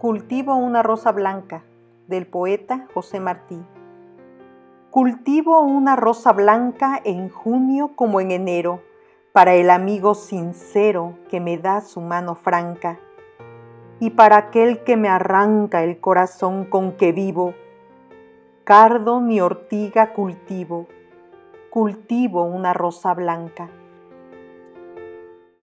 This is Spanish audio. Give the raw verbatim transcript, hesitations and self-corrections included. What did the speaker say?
Cultivo una rosa blanca, del poeta José Martí. Cultivo una rosa blanca en junio como en enero, para el amigo sincero que me da su mano franca, y para aquel que me arranca el corazón con que vivo. Cardo ni ortiga cultivo, cultivo una rosa blanca.